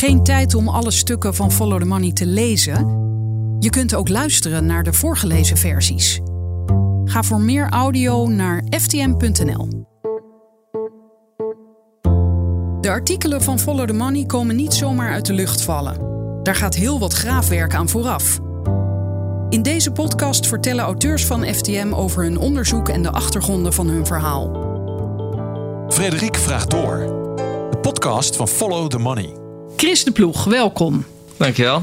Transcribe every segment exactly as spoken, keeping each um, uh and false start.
Geen tijd om alle stukken van Follow the Money te lezen? Je kunt ook luisteren naar de voorgelezen versies. Ga voor meer audio naar f t m punt n l. De artikelen van Follow the Money komen niet zomaar uit de lucht vallen. Daar gaat heel wat graafwerk aan vooraf. In deze podcast vertellen auteurs van F T M over hun onderzoek en de achtergronden van hun verhaal. Frederik vraagt door. De podcast van Follow the Money. Chris de Ploeg, welkom. Dankjewel.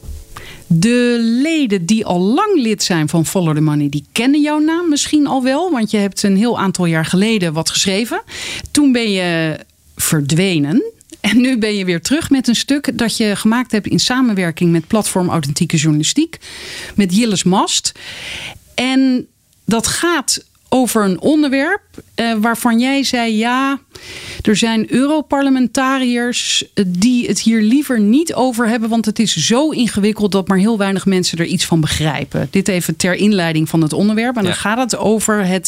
De leden die al lang lid zijn van Follow the Money, die kennen jouw naam misschien al wel. Want je hebt een heel aantal jaar geleden wat geschreven. Toen ben je verdwenen. En nu ben je weer terug met een stuk dat je gemaakt hebt in samenwerking met Platform Authentieke Journalistiek. Met Jilles Mast. En dat gaat over een onderwerp eh, waarvan jij zei, ja, er zijn Europarlementariërs die het hier liever niet over hebben, want het is zo ingewikkeld dat maar heel weinig mensen er iets van begrijpen. Dit even ter inleiding van het onderwerp. En dan ja. gaat het over het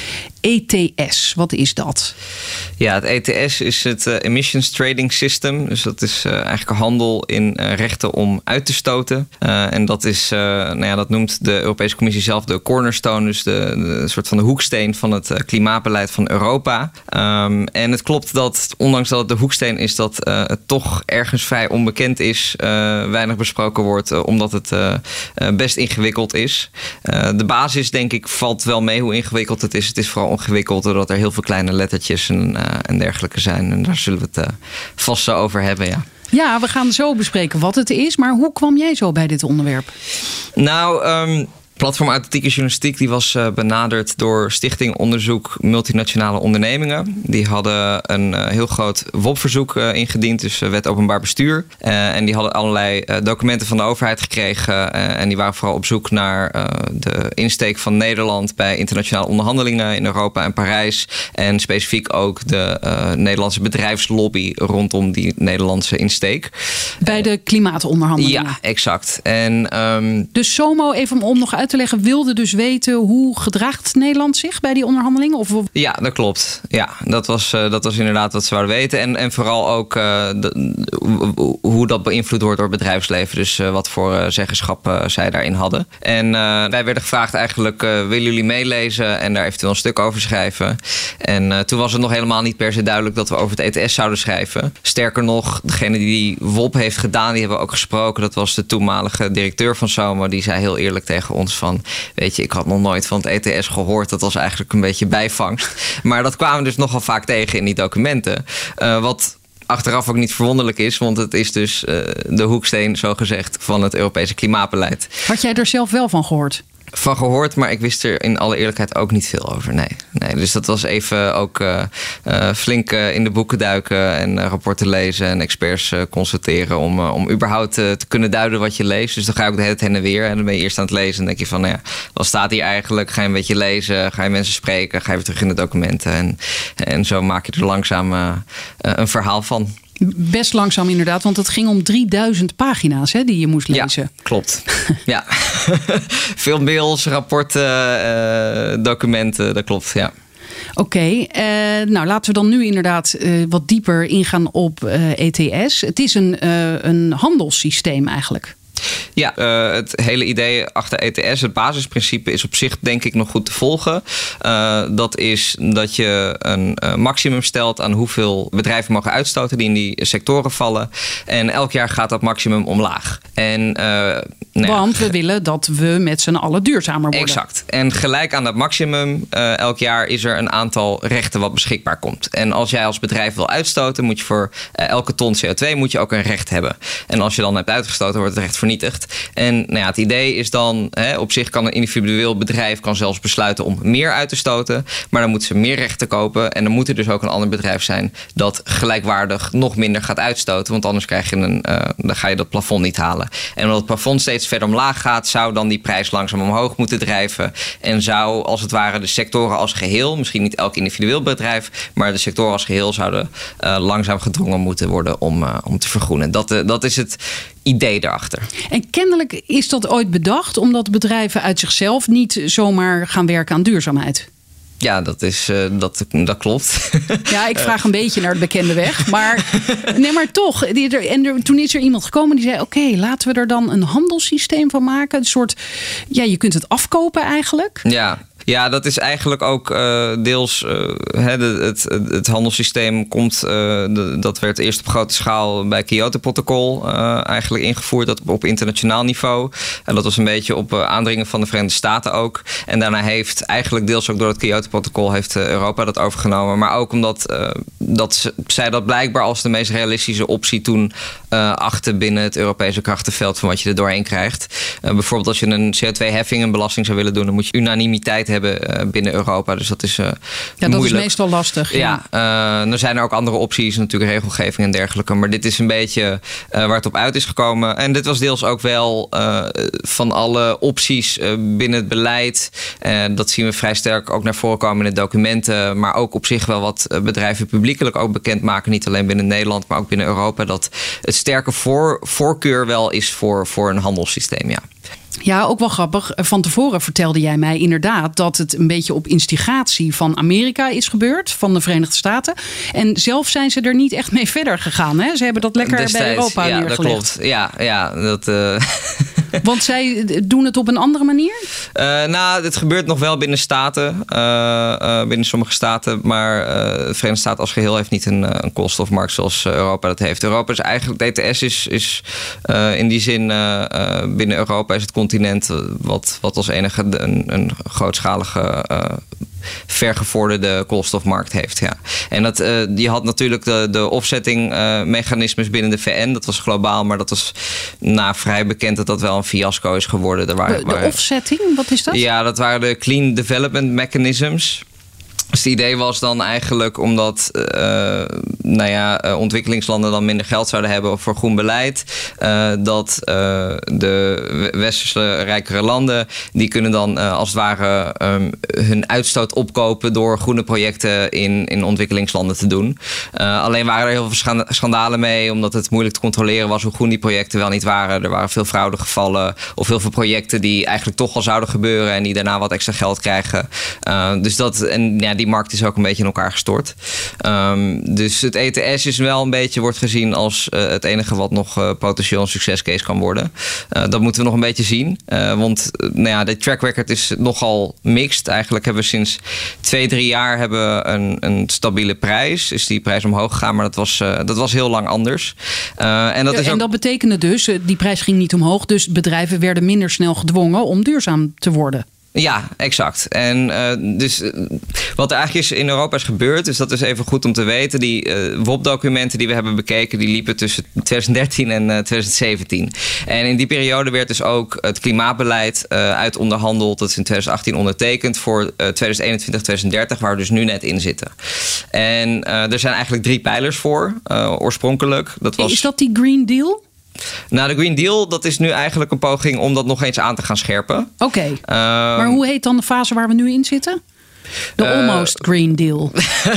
E T S. Wat is dat? Ja, het E T S is het uh, Emissions Trading System. Dus dat is uh, eigenlijk handel in uh, rechten om uit te stoten. Uh, en dat is, uh, nou ja, dat noemt de Europese Commissie zelf de cornerstone. Dus de, de soort van de hoeksteen van het uh, klimaatbeleid van Europa. Um, en het klopt dat, ondanks dat het de hoeksteen is, dat uh, het toch ergens vrij onbekend is. Uh, weinig besproken wordt, uh, omdat het uh, uh, best ingewikkeld is. Uh, de basis, denk ik, valt wel mee hoe ingewikkeld het is. Het is vooral ingewikkeld doordat er heel veel kleine lettertjes en, uh, en dergelijke zijn. En daar zullen we het uh, vast zo over hebben, ja. Ja, we gaan zo bespreken wat het is. Maar hoe kwam jij zo bij dit onderwerp? Nou, um, Platform Authentieke Journalistiek die was uh, benaderd door Stichting Onderzoek Multinationale Ondernemingen. Die hadden een uh, heel groot W O P-verzoek uh, ingediend, dus uh, Wet Openbaar Bestuur. Uh, en die hadden allerlei uh, documenten van de overheid gekregen. Uh, en die waren vooral op zoek naar uh, de insteek van Nederland bij internationale onderhandelingen in Europa en Parijs. En specifiek ook de uh, Nederlandse bedrijfslobby rondom die Nederlandse insteek. Bij de klimaatonderhandelingen? Ja, exact. En, um, dus SOMO, even om nog uit te leggen, wilde dus weten hoe gedraagt Nederland zich bij die onderhandelingen? Of... Ja, dat klopt. Ja, dat was, uh, dat was inderdaad wat ze wouden weten. En, en vooral ook uh, de, hoe dat beïnvloed wordt door het bedrijfsleven. Dus uh, wat voor uh, zeggenschap uh, zij daarin hadden. En uh, wij werden gevraagd eigenlijk, uh, willen jullie meelezen en daar eventueel een stuk over schrijven? En uh, toen was het nog helemaal niet per se duidelijk dat we over het E T S zouden schrijven. Sterker nog, degene die die W O P heeft gedaan, die hebben we ook gesproken. Dat was de toenmalige directeur van SOMO. Die zei heel eerlijk tegen ons van, weet je, ik had nog nooit van het E T S gehoord. Dat was eigenlijk een beetje bijvangst. Maar dat kwamen we dus nogal vaak tegen in die documenten. Uh, wat achteraf ook niet verwonderlijk is, want het is dus uh, de hoeksteen, zogezegd, van het Europese klimaatbeleid. Had jij er zelf wel van gehoord? Van gehoord, maar ik wist er in alle eerlijkheid ook niet veel over. Nee, nee. Dus dat was even ook uh, uh, flink uh, in de boeken duiken en uh, rapporten lezen en experts uh, consulteren om, uh, om überhaupt uh, te kunnen duiden wat je leest. Dus dan ga je ook de hele tijd heen en weer en dan ben je eerst aan het lezen en denk je van, nou ja, wat staat hier eigenlijk? Ga je een beetje lezen, ga je mensen spreken, ga je weer terug in de documenten en, en zo maak je er langzaam uh, uh, een verhaal van. Best langzaam inderdaad, want het ging om drieduizend pagina's hè, die je moest lezen. Ja, klopt. Ja. Veel mails, rapporten, uh, documenten, dat klopt, ja. Oké, okay, uh, nou laten we dan nu inderdaad uh, wat dieper ingaan op uh, E T S. Het is een, uh, een handelssysteem eigenlijk. Ja, uh, het hele idee achter E T S, het basisprincipe, is op zich denk ik nog goed te volgen. Uh, dat is dat je een uh, maximum stelt aan hoeveel bedrijven mogen uitstoten die in die sectoren vallen. En elk jaar gaat dat maximum omlaag. En, uh, nou Want ja, we willen dat we met z'n allen duurzamer worden. Exact. En gelijk aan dat maximum, uh, elk jaar is er een aantal rechten wat beschikbaar komt. En als jij als bedrijf wil uitstoten, moet je voor uh, elke ton C O twee moet je ook een recht hebben. En als je dan hebt uitgestoten, wordt het recht vernietigd. En nou ja, het idee is dan, hè, op zich kan een individueel bedrijf kan zelfs besluiten om meer uit te stoten. Maar dan moeten ze meer rechten kopen. En dan moet er dus ook een ander bedrijf zijn dat gelijkwaardig nog minder gaat uitstoten. Want anders krijg je een, uh, dan ga je dat plafond niet halen. En omdat het plafond steeds verder omlaag gaat, zou dan die prijs langzaam omhoog moeten drijven. En zou als het ware de sectoren als geheel, misschien niet elk individueel bedrijf, maar de sectoren als geheel zouden uh, langzaam gedrongen moeten worden om, uh, om te vergroenen. Dat, uh, dat is het idee daarachter. En kennelijk is dat ooit bedacht omdat bedrijven uit zichzelf niet zomaar gaan werken aan duurzaamheid. Ja, dat, is, uh, dat, dat klopt. Ja, ik vraag een beetje naar de bekende weg. Maar, nee, maar toch. En er, toen is er iemand gekomen die zei... oké, okay, laten we er dan een handelssysteem van maken. Een soort, ja, je kunt het afkopen eigenlijk. Ja. Ja, dat is eigenlijk ook uh, deels... Uh, het, het, het handelssysteem komt... Uh, de, dat werd eerst op grote schaal bij het Kyoto-protocol uh, eigenlijk ingevoerd. Dat op internationaal niveau. En dat was een beetje op uh, aandringen van de Verenigde Staten ook. En daarna heeft eigenlijk deels ook door het Kyoto-protocol... heeft uh, Europa dat overgenomen. Maar ook omdat uh, dat zij dat blijkbaar als de meest realistische optie toen... Uh, achter binnen het Europese krachtenveld van wat je er doorheen krijgt. Uh, bijvoorbeeld als je een C O twee heffing, een belasting zou willen doen... dan moet je unanimiteit hebben uh, binnen Europa. Dus dat is uh, ja, dat moeilijk. Is meestal lastig. Ja, ja uh, er zijn er ook andere opties, natuurlijk regelgeving en dergelijke. Maar dit is een beetje uh, waar het op uit is gekomen. En dit was deels ook wel uh, van alle opties uh, binnen het beleid. Uh, dat zien we vrij sterk ook naar voren komen in de documenten. Maar ook op zich wel wat bedrijven publiekelijk ook bekendmaken. Niet alleen binnen Nederland, maar ook binnen Europa. Dat het sterke voor, voorkeur wel is voor, voor een handelssysteem, ja. Ja, ook wel grappig. Van tevoren vertelde jij mij inderdaad dat het een beetje op instigatie van Amerika is gebeurd, van de Verenigde Staten. En zelf zijn ze er niet echt mee verder gegaan. Hè? Ze hebben dat lekker Destijds, bij Europa ja, neergelegd. Dat klopt. Ja, ja, dat... Uh... Want zij doen het op een andere manier? Uh, nou, het gebeurt nog wel binnen staten. Uh, uh, binnen sommige staten. Maar uh, de Verenigde Staten als geheel heeft niet een, een koolstofmarkt zoals Europa dat heeft. Europa is eigenlijk... De E T S is, is uh, in die zin... Uh, uh, binnen Europa is het continent wat, wat als enige een, een grootschalige... Uh, vergevorderde koolstofmarkt heeft. Ja. En dat, uh, je had natuurlijk de, de offsetting uh, mechanismes binnen de V N. Dat was globaal, maar dat was nou, vrij bekend dat dat wel een fiasco is geworden. Er waren, de, de waren, offsetting, wat is dat? Ja, dat waren de Clean Development Mechanisms. Dus het idee was dan eigenlijk omdat uh, nou ja, uh, ontwikkelingslanden dan minder geld zouden hebben voor groen beleid. Uh, dat uh, de westerse rijkere landen, die kunnen dan uh, als het ware um, hun uitstoot opkopen door groene projecten in, in ontwikkelingslanden te doen. Uh, alleen waren er heel veel schandalen mee, omdat het moeilijk te controleren was hoe groen die projecten wel niet waren. Er waren veel fraudegevallen of heel veel projecten die eigenlijk toch al zouden gebeuren en die daarna wat extra geld krijgen. Uh, dus dat, en ja, die markt is ook een beetje in elkaar gestort. Um, dus het E T S is wel een beetje, wordt gezien als uh, het enige wat nog uh, potentieel een succescase kan worden. Uh, dat moeten we nog een beetje zien. Uh, want uh, nou ja, de track record is nogal mixed. Eigenlijk hebben we sinds twee, drie jaar hebben we een, een stabiele prijs. Is die prijs omhoog gegaan, maar dat was, uh, dat was heel lang anders. Uh, en dat, ja, is en ook... dat betekende dus, die prijs ging niet omhoog. Dus bedrijven werden minder snel gedwongen om duurzaam te worden. Ja, exact. En uh, dus uh, wat er eigenlijk is in Europa is gebeurd, dus dat is even goed om te weten. Die uh, W O P-documenten die we hebben bekeken, die liepen tussen twintig dertien en uh, twintig zeventien. En in die periode werd dus ook het klimaatbeleid uh, uitonderhandeld. Dat is in twintig achttien ondertekend voor uh, twintig eenentwintig, twintig dertig, waar we dus nu net in zitten. En uh, er zijn eigenlijk drie pijlers voor, uh, oorspronkelijk. Dat was... Is dat die Green Deal? Nou, de Green Deal, dat is nu eigenlijk een poging om dat nog eens aan te gaan scherpen. Oké, okay. um, maar hoe heet dan de fase waar we nu in zitten? De uh, Almost Green Deal.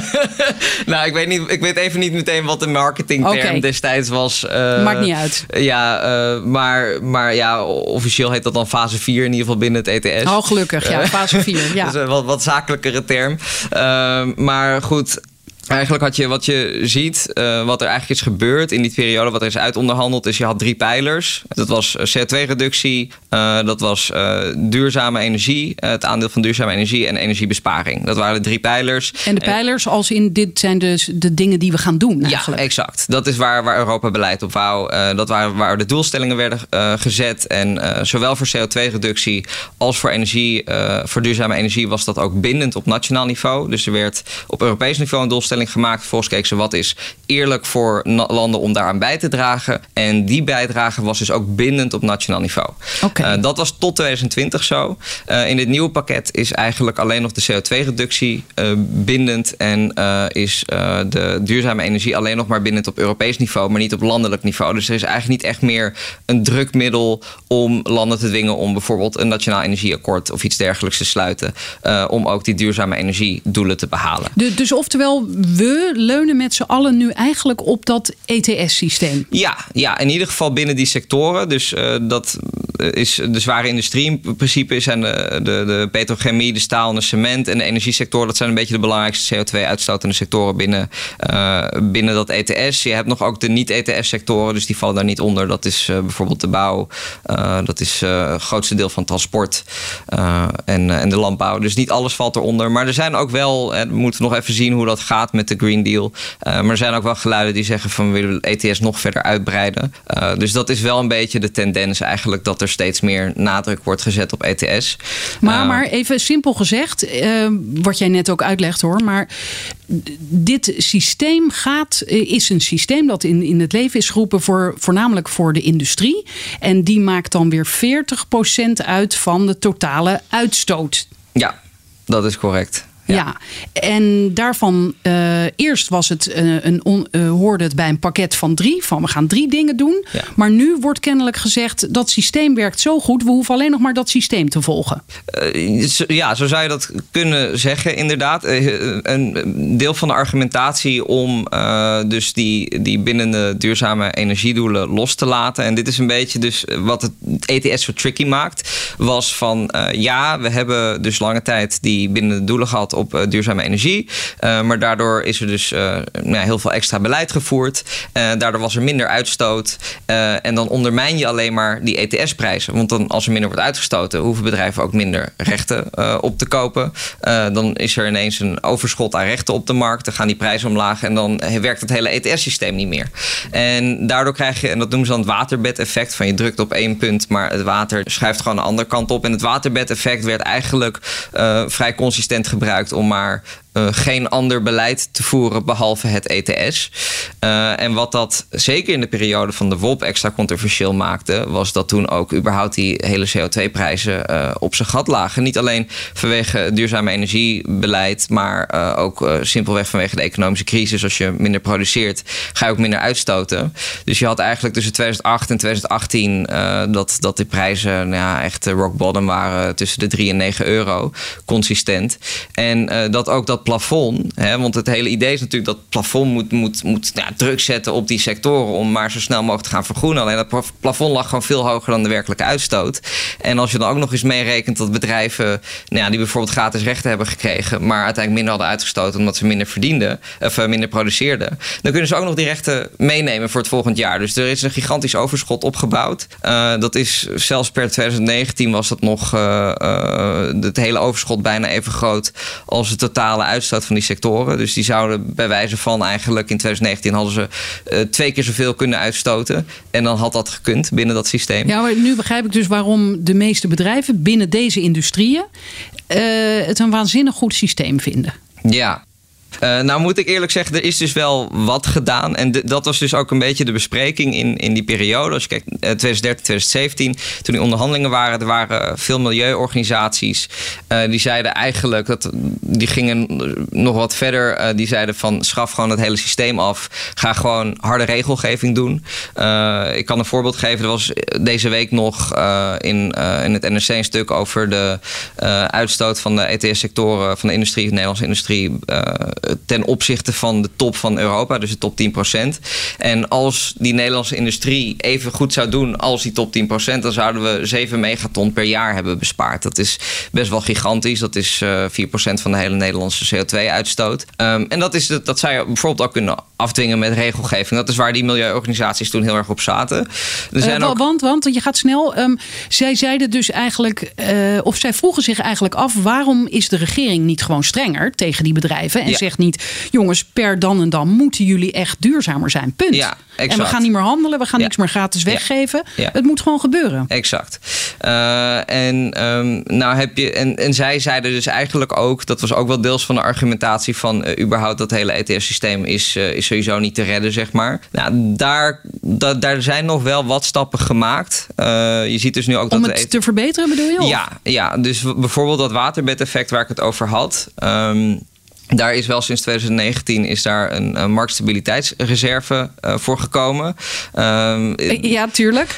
nou, ik weet, niet, ik weet even niet meteen wat de marketingterm okay. destijds was. Uh, Maakt niet uit. Ja, uh, maar, maar ja, officieel heet dat dan fase vier in ieder geval binnen het E T S. Oh, gelukkig, ja, fase vier. Ja. Dat is een wat, wat zakelijkere term. Uh, maar goed... Eigenlijk had je wat je ziet, uh, wat er eigenlijk is gebeurd in die periode, wat er is uitonderhandeld, is je had drie pijlers. Dat was C O twee reductie, uh, dat was uh, duurzame energie, uh, het aandeel van duurzame energie en energiebesparing. Dat waren de drie pijlers. En de pijlers als in dit zijn dus de dingen die we gaan doen eigenlijk. Ja, exact. Dat is waar, waar Europa beleid op wou. Uh, dat waren waar de doelstellingen werden uh, gezet. En uh, zowel voor C O twee reductie als voor energie, uh, voor duurzame energie was dat ook bindend op nationaal niveau. Dus er werd op Europees niveau een doelstelling gemaakt. Volgens keek ze wat is eerlijk voor na- landen om daaraan bij te dragen. En die bijdrage was dus ook bindend op nationaal niveau. Okay. Uh, dat was tot twintig twintig zo. Uh, in dit nieuwe pakket is eigenlijk alleen nog de C O twee reductie uh, bindend. En uh, is uh, de duurzame energie alleen nog maar bindend op Europees niveau, maar niet op landelijk niveau. Dus er is eigenlijk niet echt meer een drukmiddel om landen te dwingen om bijvoorbeeld een nationaal energieakkoord of iets dergelijks te sluiten. Uh, om ook die duurzame energiedoelen te behalen. De, dus oftewel, we leunen met z'n allen nu eigenlijk op dat E T S-systeem. Ja, ja, in ieder geval binnen die sectoren. Dus uh, dat is de zware industrie in principe. Zijn de, de, de petrochemie, de staal en de cement en de energiesector. Dat zijn een beetje de belangrijkste C O twee uitstotende sectoren binnen, uh, binnen dat E T S. Je hebt nog ook de niet-E T S-sectoren, dus die vallen daar niet onder. Dat is uh, bijvoorbeeld de bouw. Uh, dat is uh, het grootste deel van transport uh, en, uh, en de landbouw. Dus niet alles valt eronder. Maar er zijn ook wel, uh, we moeten nog even zien hoe dat gaat met de Green Deal. Uh, maar er zijn ook wel geluiden die zeggen van we willen E T S nog verder uitbreiden. Uh, dus dat is wel een beetje de tendens eigenlijk, dat er steeds meer nadruk wordt gezet op E T S. Maar, uh, maar even simpel gezegd, uh, wat jij net ook uitlegt hoor, maar dit systeem gaat, is een systeem dat in, in het leven is geroepen voor, voornamelijk voor de industrie. En die maakt dan weer veertig procent uit van de totale uitstoot. Ja, dat is correct. Ja. ja, en daarvan uh, eerst was het uh, een on, uh, hoorde het bij een pakket van drie, van we gaan drie dingen doen. Ja. Maar nu wordt kennelijk gezegd dat systeem werkt zo goed, we hoeven alleen nog maar dat systeem te volgen. Uh, ja, zo zou je dat kunnen zeggen, inderdaad. Uh, een deel van de argumentatie om uh, dus die, die binnen de duurzame energiedoelen los te laten. En dit is een beetje dus wat het E T S zo tricky maakt, was van uh, ja, we hebben dus lange tijd die binnen de doelen gehad op uh, duurzame energie. Uh, maar daardoor is er dus uh, nou, heel veel extra beleid gevoerd. Uh, daardoor was er minder uitstoot. Uh, en dan ondermijn je alleen maar die E T S-prijzen. Want dan, als er minder wordt uitgestoten, hoeven bedrijven ook minder rechten uh, op te kopen. Uh, dan is er ineens een overschot aan rechten op de markt. Dan gaan die prijzen omlaag en dan werkt het hele E T S-systeem niet meer. En daardoor krijg je, en dat noemen ze dan het waterbed-effect, van je drukt op één punt, maar het water schuift gewoon de andere kant op. En het waterbed-effect werd eigenlijk uh, vrij consistent gebruikt om maar uh, geen ander beleid te voeren behalve het E T S. Uh, en wat dat zeker in de periode van de W O P extra controversieel maakte, was dat toen ook überhaupt die hele C O twee prijzen uh, op zijn gat lagen. Niet alleen vanwege duurzame energiebeleid, maar uh, ook uh, simpelweg vanwege de economische crisis. Als je minder produceert, ga je ook minder uitstoten. Dus je had eigenlijk tussen tweeduizend acht en tweeduizend achttien uh, dat, dat die prijzen nou ja, echt rock bottom waren, tussen de drie en negen euro, consistent. En uh, dat ook dat plafond, hè, want het hele idee is natuurlijk dat het plafond moet, moet, moet nou, druk zetten op die sectoren om maar zo snel mogelijk te gaan vergroenen. Alleen dat plafond lag gewoon veel hoger dan de werkelijke uitstoot. En als je dan ook nog eens meerekent dat bedrijven nou ja, die bijvoorbeeld gratis rechten hebben gekregen, maar uiteindelijk minder hadden uitgestoten omdat ze minder verdienden, of uh, minder produceerden, dan kunnen ze ook nog die rechten meenemen voor het volgend jaar. Dus er is een gigantisch overschot opgebouwd. Uh, dat is zelfs per twintig negentien was dat nog uh, uh, het hele overschot bijna even groot als de totale uitstoot van die sectoren. Dus die zouden bij wijze van eigenlijk in twintig negentien hadden ze uh, twee keer zoveel kunnen uitstoten. En dan had dat gekund binnen dat systeem. Ja, maar nu begrijp ik dus waarom de meeste bedrijven binnen deze industrieën uh, het een waanzinnig goed systeem vinden. Ja. Uh, nou moet ik eerlijk zeggen, er is dus wel wat gedaan. En de, dat was dus ook een beetje de bespreking in, in die periode. Als je kijkt, uh, twintig dertien, twintig zeventien, toen die onderhandelingen waren, er waren veel milieuorganisaties. Uh, die zeiden eigenlijk, dat, die gingen nog wat verder. Uh, die zeiden van, schaf gewoon het hele systeem af. Ga gewoon harde regelgeving doen. Uh, ik kan een voorbeeld geven. Er was deze week nog uh, in, uh, in het N R C een stuk over de uh, uitstoot van de E T S-sectoren, van de industrie, de Nederlandse industrie, Uh, ten opzichte van de top van Europa, dus de top tien procent. En als die Nederlandse industrie even goed zou doen als die top tien procent, dan zouden we zeven megaton per jaar hebben bespaard. Dat is best wel gigantisch. Dat is uh, vier procent van de hele Nederlandse C O twee uitstoot. Um, en dat, is, dat, dat zou je bijvoorbeeld ook kunnen afdwingen met regelgeving. Dat is waar die milieuorganisaties toen heel erg op zaten. Er zijn uh, ook... want, want je gaat snel. Um, zij zeiden dus eigenlijk, uh, of zij vroegen zich eigenlijk af, waarom is de regering niet gewoon strenger tegen die bedrijven en ja. zegt niet, jongens, per dan en dan moeten jullie echt duurzamer zijn. Punt. Ja, en we gaan niet meer handelen, we gaan ja. niks meer gratis weggeven. Ja. Ja. Het moet gewoon gebeuren. Exact. Uh, en, um, nou heb je, en, en zij zeiden dus eigenlijk ook, dat was ook wel deels van de argumentatie van uh, überhaupt dat hele E T S-systeem is, uh, is sowieso niet te redden, zeg maar. Nou, daar, da, daar zijn nog wel wat stappen gemaakt. Uh, je ziet dus nu ook Om dat het de E T S... te verbeteren, bedoel je? Ja, ja, dus bijvoorbeeld dat waterbed-effect waar ik het over had. Um, Daar is wel sinds twintig negentien is daar een, een marktstabiliteitsreserve uh, voor gekomen. Um, ja, tuurlijk.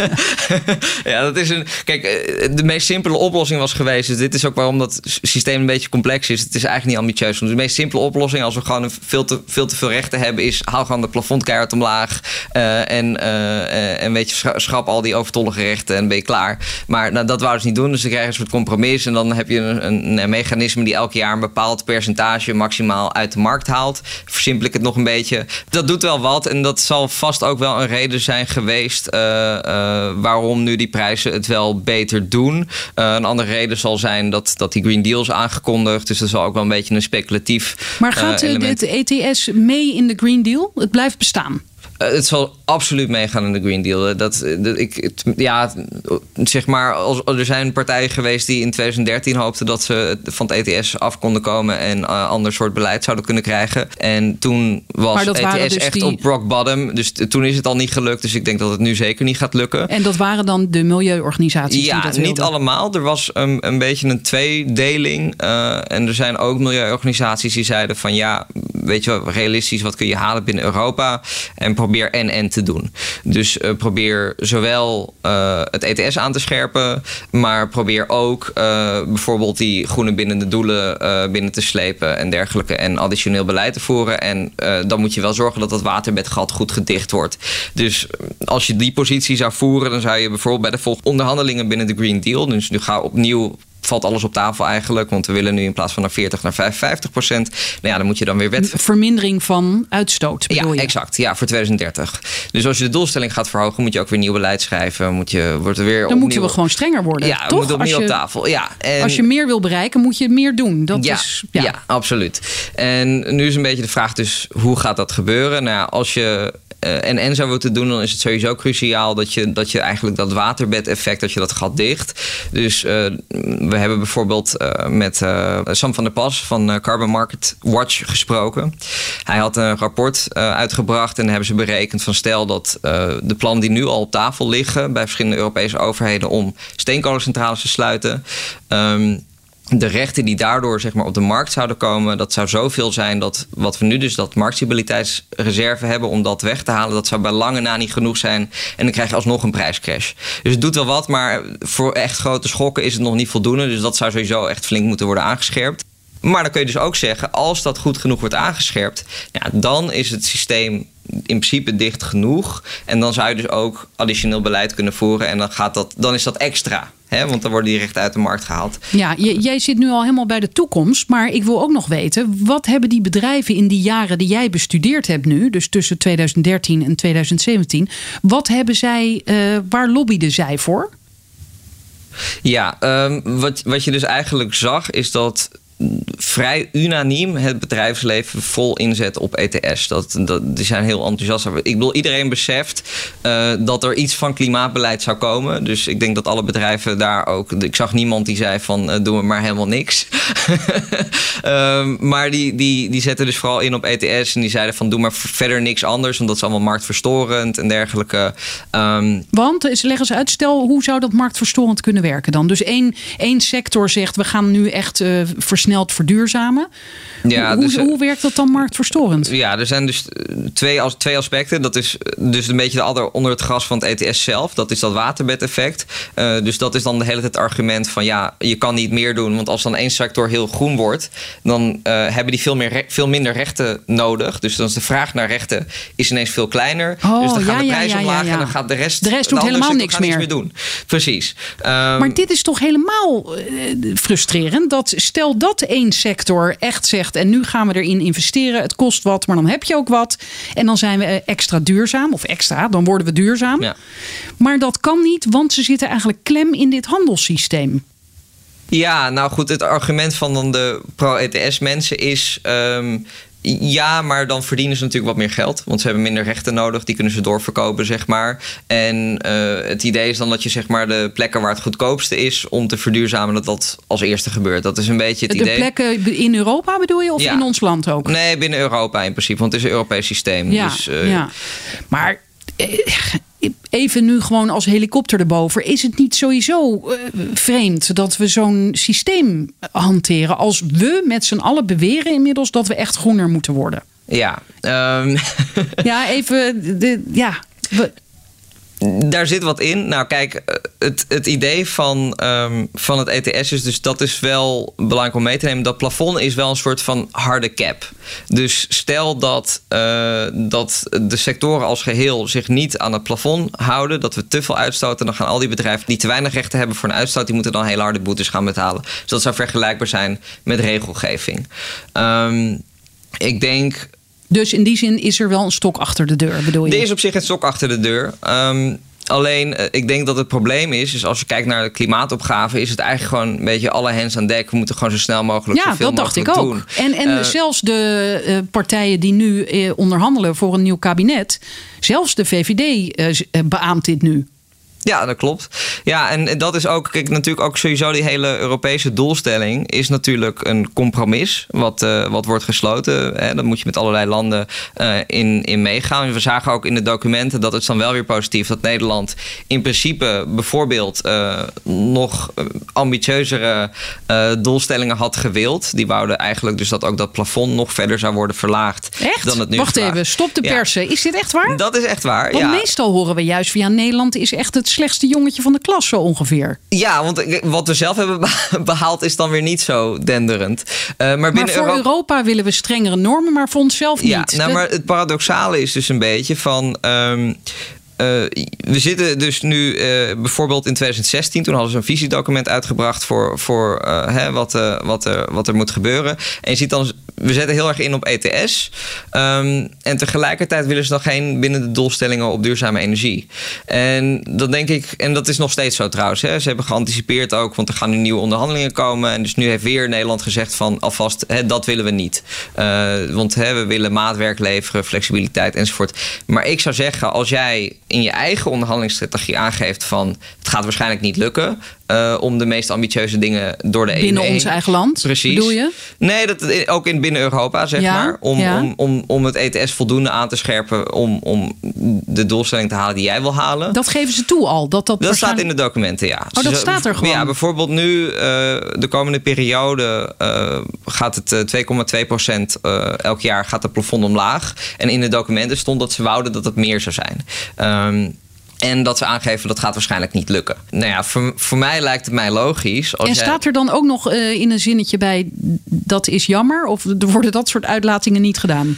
ja, dat is een. Kijk, de meest simpele oplossing was geweest. Dus dit is ook waarom dat systeem een beetje complex is. Het is eigenlijk niet ambitieus. Want de meest simpele oplossing, als we gewoon veel te, veel te veel rechten hebben, is haal gewoon de plafond keihard omlaag. Uh, en, uh, en weet je, schrap al die overtollige rechten en ben je klaar. Maar nou, dat wouden ze niet doen. Dus ze krijgen een soort compromis. En dan heb je een, een, een mechanisme die elk jaar een bepaald percentage maximaal uit de markt haalt. Versimpel ik het nog een beetje. Dat doet wel wat en dat zal vast ook wel een reden zijn geweest uh, uh, waarom nu die prijzen het wel beter doen. Uh, een andere reden zal zijn dat, dat die Green Deal is aangekondigd. Dus dat zal ook wel een beetje een speculatief Maar gaat uh, het E T S mee in de Green Deal? Het blijft bestaan? Uh, het zal absoluut meegaan in de Green Deal. Dat, dat, ik, het, ja, zeg maar, als, er zijn partijen geweest die in twintig dertien hoopten dat ze van het E T S af konden komen en een uh, ander soort beleid zouden kunnen krijgen. En toen was E T S dus echt die... op rock bottom. Dus t- toen is het al niet gelukt. Dus ik denk dat het nu zeker niet gaat lukken. En dat waren dan de milieuorganisaties ja, die dat niet wilden? allemaal. Er was een, een beetje een tweedeling. Uh, en er zijn ook milieuorganisaties die zeiden van ja, weet je wel, realistisch, wat kun je halen binnen Europa? En probeer en-en te doen. Dus uh, probeer zowel uh, het E T S aan te scherpen, maar probeer ook uh, bijvoorbeeld die groene bindende doelen uh, binnen te slepen en dergelijke en additioneel beleid te voeren. En uh, dan moet je wel zorgen dat dat waterbedgat goed gedicht wordt. Dus als je die positie zou voeren, dan zou je bijvoorbeeld bij de volgende onderhandelingen binnen de Green Deal, dus nu ga opnieuw valt alles op tafel eigenlijk. Want we willen nu in plaats van naar veertig naar vijfenvijftig procent. Nou ja, dan moet je dan weer wet... Vermindering van uitstoot, bedoel ja, je? Exact. Ja, voor twintig dertig. Dus als je de doelstelling gaat verhogen, moet je ook weer nieuw beleid schrijven. Moet je, wordt er weer dan opnieuw... moeten we gewoon strenger worden, ja, toch? Moet opnieuw als je, op tafel. Ja, en... als je meer wil bereiken, moet je meer doen. Dat ja, is, ja. ja, absoluut. En nu is een beetje de vraag dus, hoe gaat dat gebeuren? Nou ja, als je uh, en en zou moeten doen, dan is het sowieso cruciaal dat je, dat je eigenlijk dat waterbedeffect, dat je dat gat dicht. Dus uh, we hebben bijvoorbeeld uh, met uh, Sam van der Pas van uh, Carbon Market Watch gesproken. Hij had een rapport uh, uitgebracht en hebben ze berekend van stel dat uh, de plannen die nu al op tafel liggen bij verschillende Europese overheden om steenkolencentrales te sluiten, Um, de rechten die daardoor zeg maar, op de markt zouden komen, dat zou zoveel zijn dat wat we nu dus dat marktstabiliteitsreserve hebben om dat weg te halen, dat zou bij lange na niet genoeg zijn. En dan krijg je alsnog een prijscrash. Dus het doet wel wat, maar voor echt grote schokken is het nog niet voldoende. Dus dat zou sowieso echt flink moeten worden aangescherpt. Maar dan kun je dus ook zeggen, als dat goed genoeg wordt aangescherpt, ja, dan is het systeem in principe dicht genoeg. En dan zou je dus ook additioneel beleid kunnen voeren. En dan, gaat dat, dan is dat extra. Hè? Want dan worden die rechten uit de markt gehaald. Ja, j- jij zit nu al helemaal bij de toekomst. Maar ik wil ook nog weten, wat hebben die bedrijven in die jaren die jij bestudeerd hebt nu, dus tussen twintig dertien en twintig zeventien, wat hebben zij, uh, waar lobbyden zij voor? Ja, um, wat, wat je dus eigenlijk zag is dat vrij unaniem het bedrijfsleven vol inzet op E T S. Dat, dat, die zijn heel enthousiast over. Ik bedoel, iedereen beseft uh, dat er iets van klimaatbeleid zou komen. Dus ik denk dat alle bedrijven daar ook... Ik zag niemand die zei van, uh, doen we maar helemaal niks. um, maar die, die, die zetten dus vooral in op E T S. En die zeiden van, doe maar verder niks anders. Want dat is allemaal marktverstorend en dergelijke. Um, want, leg eens uit, stel, hoe zou dat marktverstorend kunnen werken dan? Dus één, één sector zegt, we gaan nu echt uh, versneld verduurzamen. Ja, hoe, dus, hoe werkt dat dan marktverstorend? Ja, er zijn dus twee, als, twee aspecten. Dat is dus een beetje de adder onder het gras van het E T S zelf. Dat is dat waterbedeffect. Uh, dus dat is dan de hele tijd het argument van ja, je kan niet meer doen. Want als dan één sector heel groen wordt, dan uh, hebben die veel, meer, veel minder rechten nodig. Dus dan is de vraag naar rechten is ineens veel kleiner. Oh, dus dan gaan ja, de prijzen ja, ja, omlaag ja, ja. en dan gaat de rest... De rest doet de helemaal niks meer. meer doen. Precies. Um, maar dit is toch helemaal uh, frustrerend? Dat stel dat één sector echt zegt, en nu gaan we erin investeren, het kost wat, maar dan heb je ook wat. En dan zijn we extra duurzaam, of extra, dan worden we duurzaam. Ja. Maar dat kan niet, want ze zitten eigenlijk klem in dit handelssysteem. Ja, nou goed, het argument van dan de pro-E T S-mensen is... Um, ja, maar dan verdienen ze natuurlijk wat meer geld. Want ze hebben minder rechten nodig. Die kunnen ze doorverkopen, zeg maar. En uh, het idee is dan dat je zeg maar de plekken waar het goedkoopste is om te verduurzamen, dat dat als eerste gebeurt. Dat is een beetje het de idee. De plekken in Europa bedoel je? Of ja. in ons land ook? Nee, binnen Europa in principe. Want het is een Europees systeem. Ja, dus, uh, ja. Maar... Uh, Even nu gewoon als helikopter erboven. Is het niet sowieso uh, vreemd dat we zo'n systeem hanteren als we met z'n allen beweren inmiddels dat we echt groener moeten worden? Ja. Um... ja, even... De, ja... We... Daar zit wat in. Nou kijk, het, het idee van, um, van het E T S is dus... dat is wel belangrijk om mee te nemen. Dat plafond is wel een soort van harde cap. Dus stel dat, uh, dat de sectoren als geheel zich niet aan het plafond houden... dat we te veel uitstoten... dan gaan al die bedrijven die te weinig rechten hebben voor een uitstoot... die moeten dan hele harde boetes gaan betalen. Dus dat zou vergelijkbaar zijn met regelgeving. Um, ik denk... Dus in die zin is er wel een stok achter de deur, bedoel je? Er is op zich een stok achter de deur. Um, alleen, ik denk dat het probleem is... is als je kijkt naar de klimaatopgave... is het eigenlijk gewoon een beetje alle hens aan dek. We moeten gewoon zo snel mogelijk ja, zoveel mogelijk doen. Ja, dat dacht ik ook. En, en uh, zelfs de uh, partijen die nu uh, onderhandelen voor een nieuw kabinet... zelfs de V V D uh, beaamt dit nu. Ja, dat klopt. Ja, en dat is ook, kijk, natuurlijk ook sowieso die hele Europese doelstelling is natuurlijk een compromis wat, uh, wat wordt gesloten. Hè. Dan moet je met allerlei landen uh, in, in meegaan. We zagen ook in de documenten dat het dan wel weer positief dat Nederland in principe bijvoorbeeld uh, nog ambitieuzere uh, doelstellingen had gewild. Die wouden eigenlijk dus dat ook dat plafond nog verder zou worden verlaagd. Echt? Dan het nu Wacht gevraagd. even, stop de persen. Ja. Is dit echt waar? Dat is echt waar, Want ja. meestal horen we juist via Nederland is echt het slechtste jongetje van de klas zo ongeveer. Ja, want wat we zelf hebben behaald is dan weer niet zo denderend. Uh, maar maar binnen voor Europa... Europa willen we strengere normen, maar voor onszelf niet. Ja, nou, maar het paradoxale is dus een beetje van... Um, Uh, we zitten dus nu uh, bijvoorbeeld in twintig zestien... toen hadden ze een visiedocument uitgebracht... voor, voor uh, hè, wat, uh, wat, er, wat er moet gebeuren. En je ziet dan... we zetten heel erg in op E T S. Um, en tegelijkertijd willen ze dan geen binnen de doelstellingen... op duurzame energie. En dat denk ik... en dat is nog steeds zo trouwens. Hè. Ze hebben geanticipeerd ook... want er gaan nu nieuwe onderhandelingen komen. En dus nu heeft weer Nederland gezegd van... alvast, hè, dat willen we niet. Uh, want hè, we willen maatwerk leveren... flexibiliteit enzovoort. Maar ik zou zeggen, als jij... in je eigen onderhandelingsstrategie aangeeft van... het gaat waarschijnlijk niet lukken... Uh, om de meest ambitieuze dingen door de E U binnen heen. ons eigen land, precies. Bedoel je? Nee, dat, ook in binnen Europa, zeg ja, maar. Om, ja. om, om, om het E T S voldoende aan te scherpen... Om, om de doelstelling te halen die jij wil halen. Dat geven ze toe al? Dat, dat, dat waarschijnlijk... staat in de documenten, ja. Oh, dat dus, staat er gewoon? Ja, bijvoorbeeld nu, uh, de komende periode... Uh, gaat het uh, twee komma twee procent uh, elk jaar gaat het plafond omlaag. En in de documenten stond dat ze wouden dat het meer zou zijn. Um, En dat ze aangeven dat gaat waarschijnlijk niet lukken. Nou ja, voor, voor mij lijkt het mij logisch. Als en jij... staat er dan ook nog uh, in een zinnetje bij... dat is jammer? Of worden dat soort uitlatingen niet gedaan?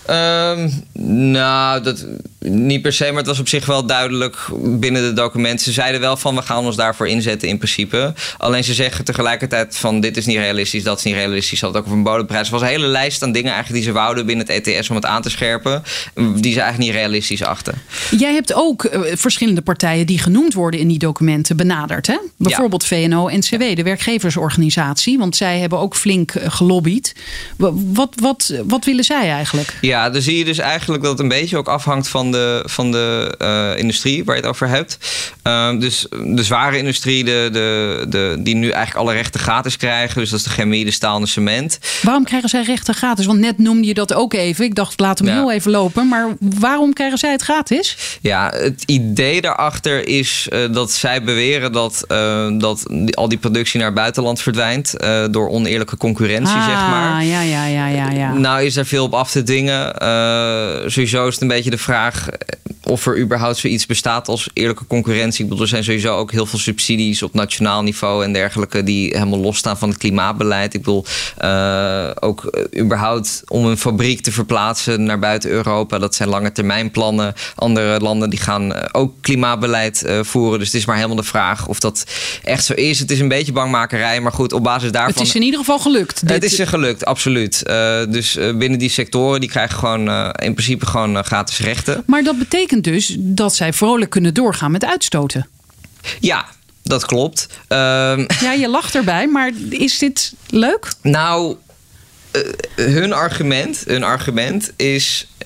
Um, nou, dat niet per se. Maar het was op zich wel duidelijk binnen de documenten. Ze zeiden wel van we gaan ons daarvoor inzetten in principe. Alleen ze zeggen tegelijkertijd van dit is niet realistisch, dat is niet realistisch. Ze hadden ook over een bodemprijs. Er was een hele lijst aan dingen eigenlijk die ze wouden binnen het E T S om het aan te scherpen. Die ze eigenlijk niet realistisch achten. Jij hebt ook uh, verschillende partijen die genoemd worden in die documenten benaderd. Hè? Bijvoorbeeld ja. V N O N C W, de werkgeversorganisatie. Want zij hebben ook flink uh, gelobbyd. Wat, wat, wat willen zij eigenlijk? Ja, dan zie je dus eigenlijk dat het een beetje ook afhangt van de, van de uh, industrie waar je het over hebt. Uh, dus de zware industrie, de, de, de, die nu eigenlijk alle rechten gratis krijgen. Dus dat is de chemie, de staal en de cement. Waarom krijgen zij rechten gratis? Want net noemde je dat ook even. Ik dacht, laat hem ja. heel even lopen. Maar waarom krijgen zij het gratis? Ja, het idee daarachter is uh, dat zij beweren dat, uh, dat die, al die productie naar het buitenland verdwijnt. Uh, door oneerlijke concurrentie, ah, zeg maar. Ja, ja, ja, ja, ja. Nou is er veel op af te dingen. Uh, sowieso is het een beetje de vraag of er überhaupt zoiets bestaat als eerlijke concurrentie. Ik bedoel, er zijn sowieso ook heel veel subsidies op nationaal niveau en dergelijke die helemaal losstaan van het klimaatbeleid. Ik bedoel, uh, ook uh, überhaupt om een fabriek te verplaatsen naar buiten Europa. Dat zijn lange termijn plannen. Andere landen die gaan uh, ook klimaatbeleid uh, voeren. Dus het is maar helemaal de vraag of dat echt zo is. Het is een beetje bangmakerij, maar goed, op basis daarvan... Het is in ieder geval gelukt. Het is er gelukt, absoluut. Uh, dus uh, binnen die sectoren, die krijgen gewoon uh, in principe gewoon uh, gratis rechten. Maar dat betekent dus dat zij vrolijk kunnen doorgaan met uitstoten. Ja, dat klopt. Uh, ja, je lacht erbij, maar is dit leuk? Nou, uh, hun argument, hun argument is...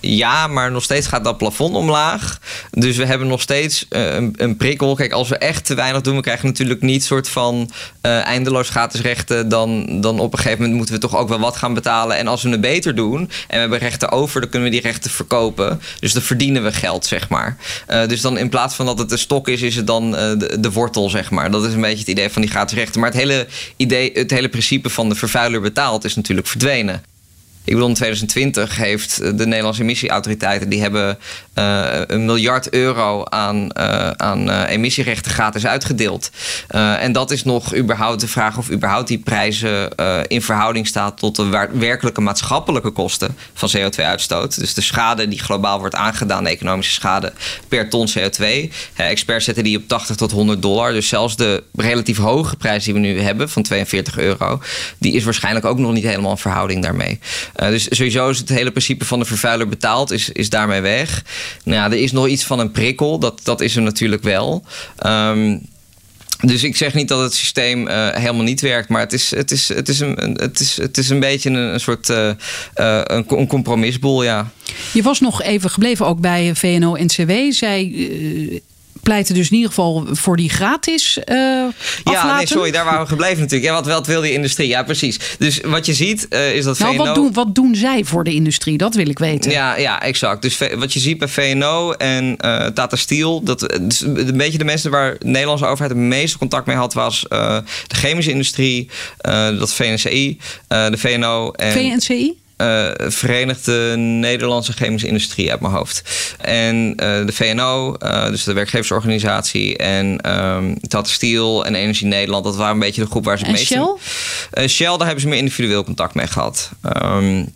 ja, maar nog steeds gaat dat plafond omlaag. Dus we hebben nog steeds uh, een, een prikkel. Kijk, als we echt te weinig doen, we krijgen natuurlijk niet soort van uh, eindeloos gratis rechten. Dan, dan op een gegeven moment moeten we toch ook wel wat gaan betalen. En als we het beter doen en we hebben rechten over, dan kunnen we die rechten verkopen. Dus dan verdienen we geld, zeg maar. Uh, dus dan in plaats van dat het een stok is, is het dan uh, de, de wortel, zeg maar. Dat is een beetje het idee van die gratis rechten. Maar het hele idee, het hele principe van de vervuiler betaalt is natuurlijk verdwenen. Ik bedoel, in twintig twintig heeft de Nederlandse emissieautoriteiten, die hebben uh, een miljard euro aan, uh, aan uh, emissierechten gratis uitgedeeld. Uh, en dat is nog überhaupt de vraag of überhaupt die prijzen uh, in verhouding staat tot de wa- werkelijke maatschappelijke kosten van C O twee uitstoot. Dus de schade die globaal wordt aangedaan, de economische schade per ton C O twee. Uh, experts zetten die op tachtig tot honderd dollar. Dus zelfs de relatief hoge prijs die we nu hebben van tweeënveertig euro, die is waarschijnlijk ook nog niet helemaal in verhouding daarmee. Uh, dus sowieso is het hele principe van de vervuiler betaalt, is, is daarmee weg. Nou ja, er is nog iets van een prikkel, dat, dat is er natuurlijk wel. Um, Dus ik zeg niet dat het systeem uh, helemaal niet werkt, maar het is, het is, het is, een, het is, het is een beetje een, een soort uh, uh, een, een compromisboel, ja. Je was nog even gebleven ook bij V N O N C W. Zij uh, pleiten dus in ieder geval voor die gratis uh, aflaten. Ja, nee, sorry, daar waren we gebleven natuurlijk. Ja, wat, wat wil die industrie? Ja, precies. Dus wat je ziet uh, is dat nou, V N O... Wat doen, wat doen zij voor de industrie? Dat wil ik weten. Ja, ja, exact. Dus wat je ziet bij V N O en uh, Tata Steel, dat dus een beetje de mensen waar de Nederlandse overheid het meeste contact mee had, was uh, de chemische industrie, uh, dat V N C I, uh, de V N O en... V N C I? Uh, Verenigde Nederlandse Chemische Industrie uit mijn hoofd. En uh, de V N O, uh, dus de werkgeversorganisatie, en um, Tata Steel en Energie Nederland, dat waren een beetje de groep waar ze het en meeste... Shell? Uh, Shell, daar hebben ze meer individueel contact mee gehad. Um,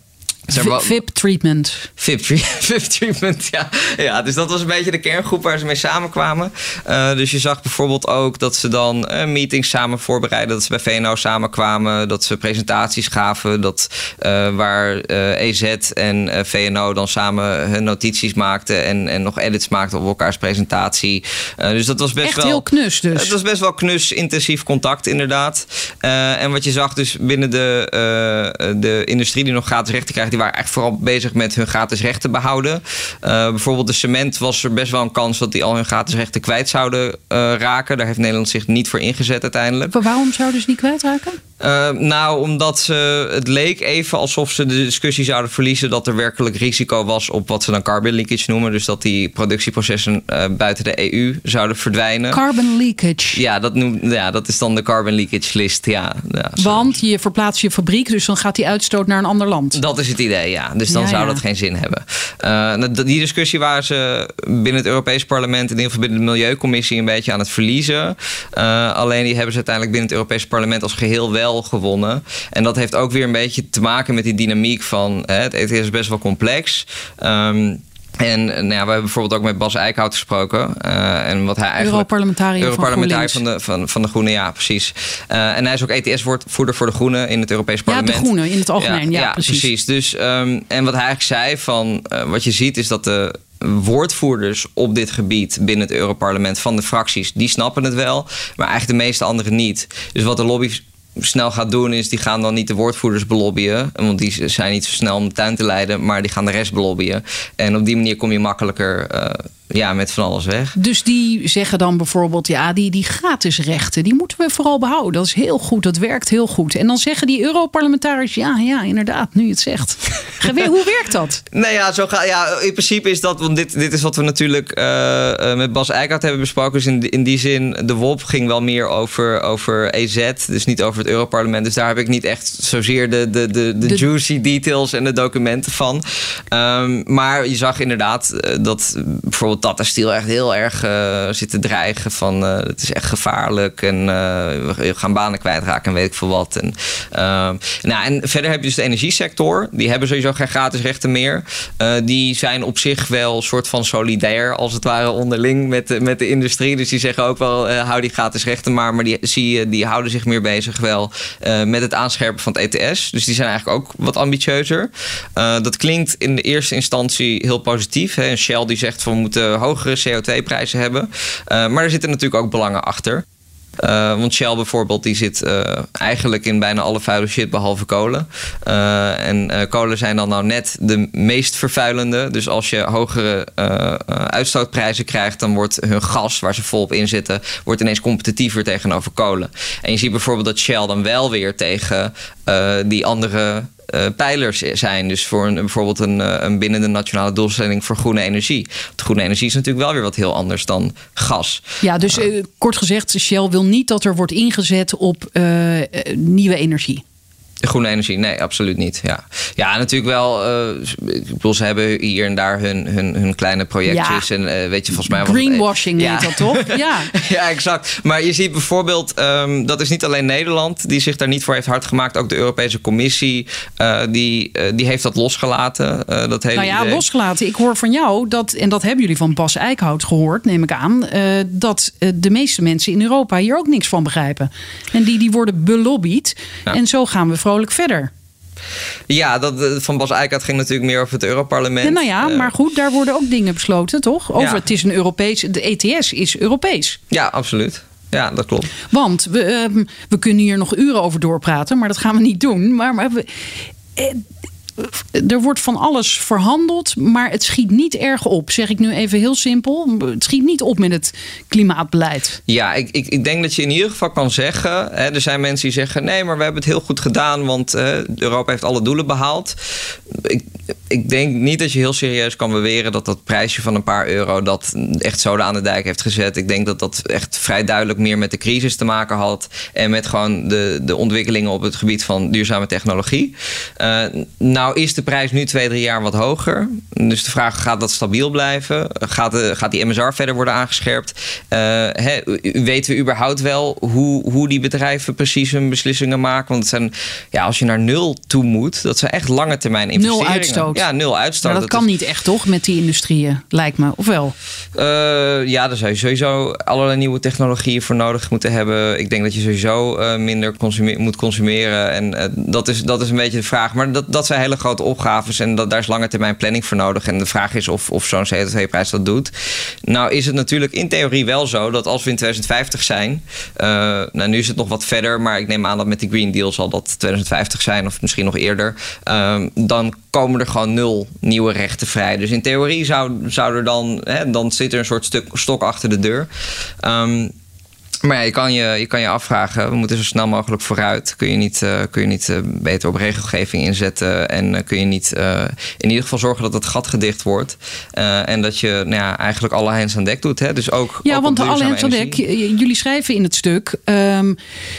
V I P-treatment. V I P-treatment, ja. ja. Dus dat was een beetje de kerngroep waar ze mee samenkwamen. Uh, dus je zag bijvoorbeeld ook dat ze dan uh, meetings samen voorbereiden. Dat ze bij V N O samenkwamen. Dat ze presentaties gaven. Dat, uh, waar uh, E Z en uh, V N O dan samen hun notities maakten. En, en nog edits maakten op elkaars presentatie. Uh, dus dat was best Echt wel... heel knus dus. Het was best wel knus, intensief contact inderdaad. Uh, en wat je zag dus binnen de, uh, de industrie die nog gratis rechten krijgt, die waren echt vooral bezig met hun gratis rechten behouden. Uh, bijvoorbeeld de cement was er best wel een kans dat die al hun gratis rechten kwijt zouden uh, raken. Daar heeft Nederland zich niet voor ingezet uiteindelijk. Maar waarom zouden ze die kwijtraken? Uh, nou, omdat ze, het leek even alsof ze de discussie zouden verliezen dat er werkelijk risico was op wat ze dan carbon leakage noemen. Dus dat die productieprocessen uh, buiten de E U zouden verdwijnen. Carbon leakage. Ja, dat, noem, ja, dat is dan de carbon leakage list. Ja, ja, Want je verplaatst je fabriek, dus dan gaat die uitstoot naar een ander land. Dat is het idee, ja. Dus dan ja, zou ja. dat geen zin hebben. Uh, die discussie waren ze binnen het Europees Parlement, in ieder geval binnen de Milieucommissie, een beetje aan het verliezen. Uh, alleen die hebben ze uiteindelijk binnen het Europees Parlement als geheel wel gewonnen. En dat heeft ook weer een beetje te maken met die dynamiek van hè, het E T S is best wel complex. Um, En nou ja, we hebben bijvoorbeeld ook met Bas Eickhout gesproken. Uh, en wat hij eigenlijk Europarlementariër Europarlementariër van, van de, van, van de Groenen, ja, precies. Uh, en hij is ook E T S-woordvoerder voor de Groenen in het Europees Parlement. Ja, de Groenen in het algemeen, ja, ja, ja precies. precies. Dus, um, en wat hij eigenlijk zei, van uh, wat je ziet is dat de woordvoerders op dit gebied binnen het Europarlement van de fracties, die snappen het wel, maar eigenlijk de meeste anderen niet. Dus wat de lobby snel gaat doen is, die gaan dan niet de woordvoerders belobbyen, want die zijn niet zo snel om de tuin te leiden, maar die gaan de rest belobbyen. En op die manier kom je makkelijker uh, ja, met van alles weg. Dus die zeggen dan bijvoorbeeld, ja, die, die gratis rechten, die moeten we vooral behouden. Dat is heel goed, dat werkt heel goed. En dan zeggen die Europarlementariërs, ja, ja, inderdaad, nu je het zegt. Hoe werkt dat? Nou ja, zo ga, ja, in principe is dat, want dit, dit is wat we natuurlijk uh, uh, met Bas Eickhout hebben besproken. Dus in, in die zin, de W O P ging wel meer over, over E Z, dus niet over het Europarlement. Dus daar heb ik niet echt zozeer de, de, de, de, de juicy details en de documenten van. Um, maar je zag inderdaad uh, dat bijvoorbeeld Tata Steel echt heel erg uh, zit te dreigen van uh, het is echt gevaarlijk en uh, we gaan banen kwijtraken en weet ik veel wat. En, uh, nou, en verder heb je dus de energiesector. Die hebben sowieso geen gratis rechten meer. Uh, die zijn op zich wel een soort van solidair als het ware onderling met de, met de industrie. Dus die zeggen ook wel uh, hou die gratis rechten maar. Maar die, zie je, die houden zich meer bezig wel uh, met het aanscherpen van het E T S. Dus die zijn eigenlijk ook wat ambitieuzer. Uh, dat klinkt in de eerste instantie heel positief. Hè? Shell die zegt van we moeten hogere C O twee prijzen hebben. Uh, maar er zitten natuurlijk ook belangen achter. Uh, want Shell bijvoorbeeld, die zit uh, eigenlijk in bijna alle vuile shit behalve kolen. Uh, en uh, kolen zijn dan nou net de meest vervuilende. Dus als je hogere uh, uh, uitstootprijzen krijgt, dan wordt hun gas, waar ze volop in zitten, wordt ineens competitiever tegenover kolen. En je ziet bijvoorbeeld dat Shell dan wel weer tegen uh, die andere Uh, pijlers zijn. Dus voor een, bijvoorbeeld een, een binnen de nationale doelstelling voor groene energie. De groene energie is natuurlijk wel weer wat heel anders dan gas. Ja, dus uh, kort gezegd, Shell wil niet dat er wordt ingezet op uh, uh, nieuwe energie. Groene energie, nee, absoluut niet. Ja, ja natuurlijk wel. Uh, ik bedoel, ze hebben hier en daar hun, hun, hun kleine projectjes. Ja. En uh, weet je, volgens mij. Greenwashing ja. heet dat toch? Ja. Ja, exact. Maar je ziet bijvoorbeeld, um, dat is niet alleen Nederland die zich daar niet voor heeft hard gemaakt. Ook de Europese Commissie, uh, die, uh, die heeft dat losgelaten. Uh, dat hele nou ja, idee. losgelaten. Ik hoor van jou dat, en dat hebben jullie van Bas Eickhout gehoord, neem ik aan, uh, dat uh, de meeste mensen in Europa hier ook niks van begrijpen. En die, die worden belobbyd. Ja. En zo gaan we vrolijk verder. Ja, dat van Bas Eickhout ging natuurlijk meer over het Europarlement. Ja, nou ja, maar goed, daar worden ook dingen besloten, toch? Over, ja. Het is een Europees, de E T S is Europees. Ja, absoluut. Ja, dat klopt. Want we, uh, we kunnen hier nog uren over doorpraten, maar dat gaan we niet doen. Maar, maar we, eh, er wordt van alles verhandeld, maar het schiet niet erg op. Zeg ik nu even heel simpel. Het schiet niet op met het klimaatbeleid. Ja, ik, ik, ik denk dat je in ieder geval kan zeggen, hè, er zijn mensen die zeggen, nee, maar we hebben het heel goed gedaan, want uh, Europa heeft alle doelen behaald. Ik, ik denk niet dat je heel serieus kan beweren dat dat prijsje van een paar euro dat echt zoden aan de dijk heeft gezet. Ik denk dat dat echt vrij duidelijk meer met de crisis te maken had en met gewoon de, de ontwikkelingen op het gebied van duurzame technologie. Uh, nou is de prijs nu twee, drie jaar wat hoger. Dus de vraag, gaat dat stabiel blijven? Gaat, de, gaat die M S R verder worden aangescherpt? Uh, he, weten we überhaupt wel hoe, hoe die bedrijven precies hun beslissingen maken? Want het zijn, ja, als je naar nul toe moet, dat zijn echt lange termijn investeringen. Nul uitstoot. Ja, nul uitstoot. Maar dat, dat kan is... niet echt, toch? Met die industrieën, lijkt me. Of wel? Uh, ja, daar zou je sowieso allerlei nieuwe technologieën voor nodig moeten hebben. Ik denk dat je sowieso uh, minder consume- moet consumeren. En uh, dat, is, dat is een beetje de vraag. Maar dat, dat zijn hele grote opgaves en dat, daar is lange termijn planning voor nodig. En de vraag is of, of zo'n C O twee prijs dat doet. Nou is het natuurlijk in theorie wel zo dat als we in twintig vijftig zijn... Uh, nou nu is het nog wat verder, maar ik neem aan dat met die Green Deal zal dat twintig vijftig zijn of misschien nog eerder. Uh, dan komen er gewoon nul nieuwe rechten vrij. Dus in theorie zou, zou er dan... Hè, dan zit er een soort stuk, stok achter de deur. Um, Maar ja, je kan je, je kan je afvragen, we moeten zo snel mogelijk vooruit. Kun je niet, uh, kun je niet uh, beter op regelgeving inzetten? En uh, kun je niet uh, in ieder geval zorgen dat het gat gedicht wordt? Uh, en dat je nou ja, eigenlijk alle hens aan dek doet. Hè? Dus ook, ja, ook want alle hens aan dek, jullie schrijven in het stuk... Um,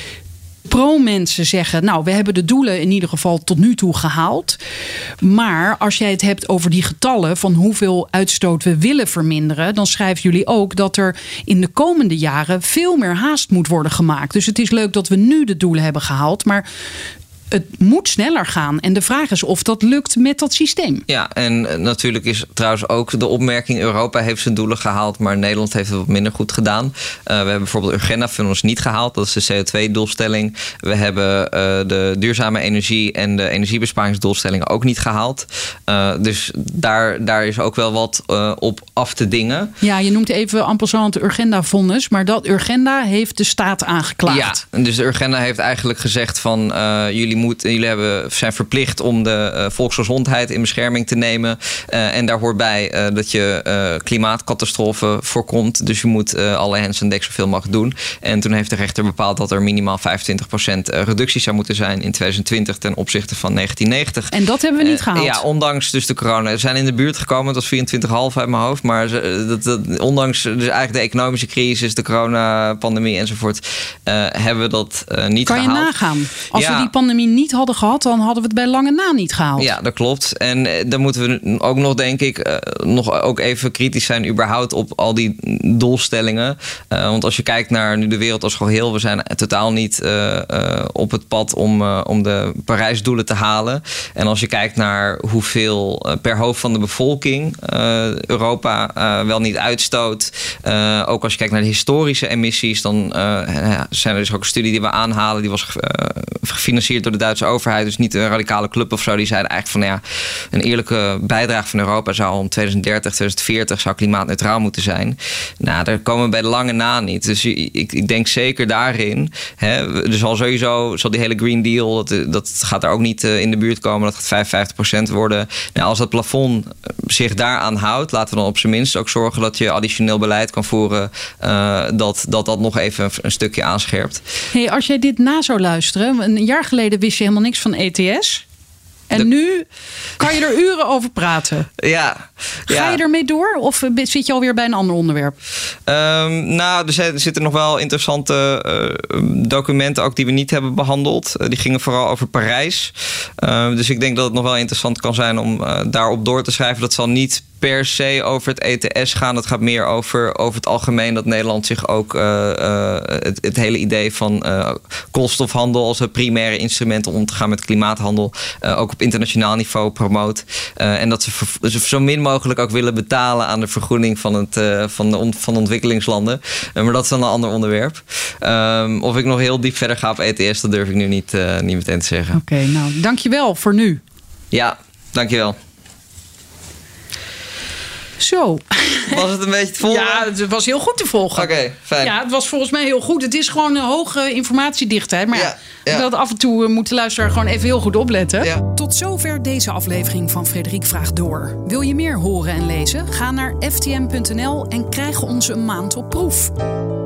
pro-mensen zeggen, nou, we hebben de doelen in ieder geval tot nu toe gehaald. Maar als jij het hebt over die getallen van hoeveel uitstoot we willen verminderen, dan schrijven jullie ook dat er in de komende jaren veel meer haast moet worden gemaakt. Dus het is leuk dat we nu de doelen hebben gehaald, maar het moet sneller gaan. En de vraag is of dat lukt met dat systeem. Ja, en natuurlijk is trouwens ook de opmerking... Europa heeft zijn doelen gehaald, maar Nederland heeft het wat minder goed gedaan. Uh, we hebben bijvoorbeeld Urgenda van ons niet gehaald. Dat is de C O twee doelstelling. We hebben uh, de duurzame energie en de energiebesparingsdoelstellingen ook niet gehaald. Uh, dus daar, daar is ook wel wat uh, op af te dingen. Ja, je noemt even en passant het Urgenda-vonnis, maar dat Urgenda heeft de staat aangeklaagd. Ja, dus de Urgenda heeft eigenlijk gezegd van uh, jullie Moet, jullie hebben, zijn verplicht om de uh, volksgezondheid in bescherming te nemen. Uh, en daar hoort bij uh, dat je uh, klimaatcatastrofen voorkomt. Dus je moet uh, alle hens aan dek zoveel mogelijk doen. En toen heeft de rechter bepaald dat er minimaal vijfentwintig procent reductie zou moeten zijn in twintig twintig ten opzichte van negentien negentig. En dat hebben we niet uh, gehaald. Ja, ondanks dus de corona. Ze zijn in de buurt gekomen, het was vierentwintig komma vijf uit mijn hoofd. Maar ze, dat, dat, ondanks dus eigenlijk de economische crisis, de coronapandemie enzovoort, uh, hebben we dat uh, niet kan gehaald. Kan je nagaan? Als ja. we die pandemie niet hadden gehad, dan hadden we het bij lange na niet gehaald. Ja, dat klopt. En dan moeten we ook nog, denk ik, uh, nog ook even kritisch zijn überhaupt op al die doelstellingen. Uh, want als je kijkt naar nu de wereld als geheel, we zijn totaal niet uh, uh, op het pad om, uh, om de Parijsdoelen te halen. En als je kijkt naar hoeveel uh, per hoofd van de bevolking uh, Europa uh, wel niet uitstoot. Uh, ook als je kijkt naar de historische emissies, dan uh, ja, zijn er dus ook een studie die we aanhalen. Die was uh, gefinancierd door de Duitse overheid, dus niet een radicale club of zo, die zeiden eigenlijk van, nou ja, een eerlijke bijdrage van Europa zou om twintig dertig, twintig veertig zou klimaatneutraal moeten zijn. Nou, daar komen we bij de lange na niet. Dus ik, ik denk zeker daarin, hè, er zal sowieso, zal die hele Green Deal, dat, dat gaat daar ook niet uh, in de buurt komen. Dat gaat vijfenvijftig procent worden. Nou, als dat plafond zich daaraan houdt, laten we dan op zijn minst ook zorgen dat je additioneel beleid kan voeren, uh, dat, dat dat nog even een, een stukje aanscherpt. Hey, als jij dit na zou luisteren, een jaar geleden wist je helemaal niks van E T S. En de... nu kan je er uren over praten. Ja. Ga ja. je ermee door of zit je alweer bij een ander onderwerp? Um, nou, er zitten nog wel interessante uh, documenten ook die we niet hebben behandeld. Uh, die gingen vooral over Parijs. Uh, dus ik denk dat het nog wel interessant kan zijn om uh, daarop door te schrijven. Dat zal niet per se over het E T S gaan. Het gaat meer over, over het algemeen dat Nederland zich ook uh, uh, het, het hele idee van uh, koolstofhandel als het primaire instrument om te gaan met klimaathandel uh, ook op internationaal niveau promoot. Uh, en dat ze ver, zo min mogelijk ook willen betalen aan de vergroening van, het, uh, van, de on, van de ontwikkelingslanden. Uh, maar dat is dan een ander onderwerp. Um, of ik nog heel diep verder ga op E T S, dat durf ik nu niet, uh, niet meteen te zeggen. Oké, okay, nou, dankjewel voor nu. Ja, dankjewel. Zo. Was het een beetje te volgen? Ja, het was heel goed te volgen. Oké, okay, fijn. Ja, het was volgens mij heel goed. Het is gewoon een hoge informatiedichtheid. Maar ja, ja, ja. dat af en toe moet de luisteraar gewoon even heel goed opletten. Ja. Tot zover deze aflevering van Frederiek Vraagt Door. Wil je meer horen en lezen? Ga naar f t m punt n l en krijg ons een maand op proef.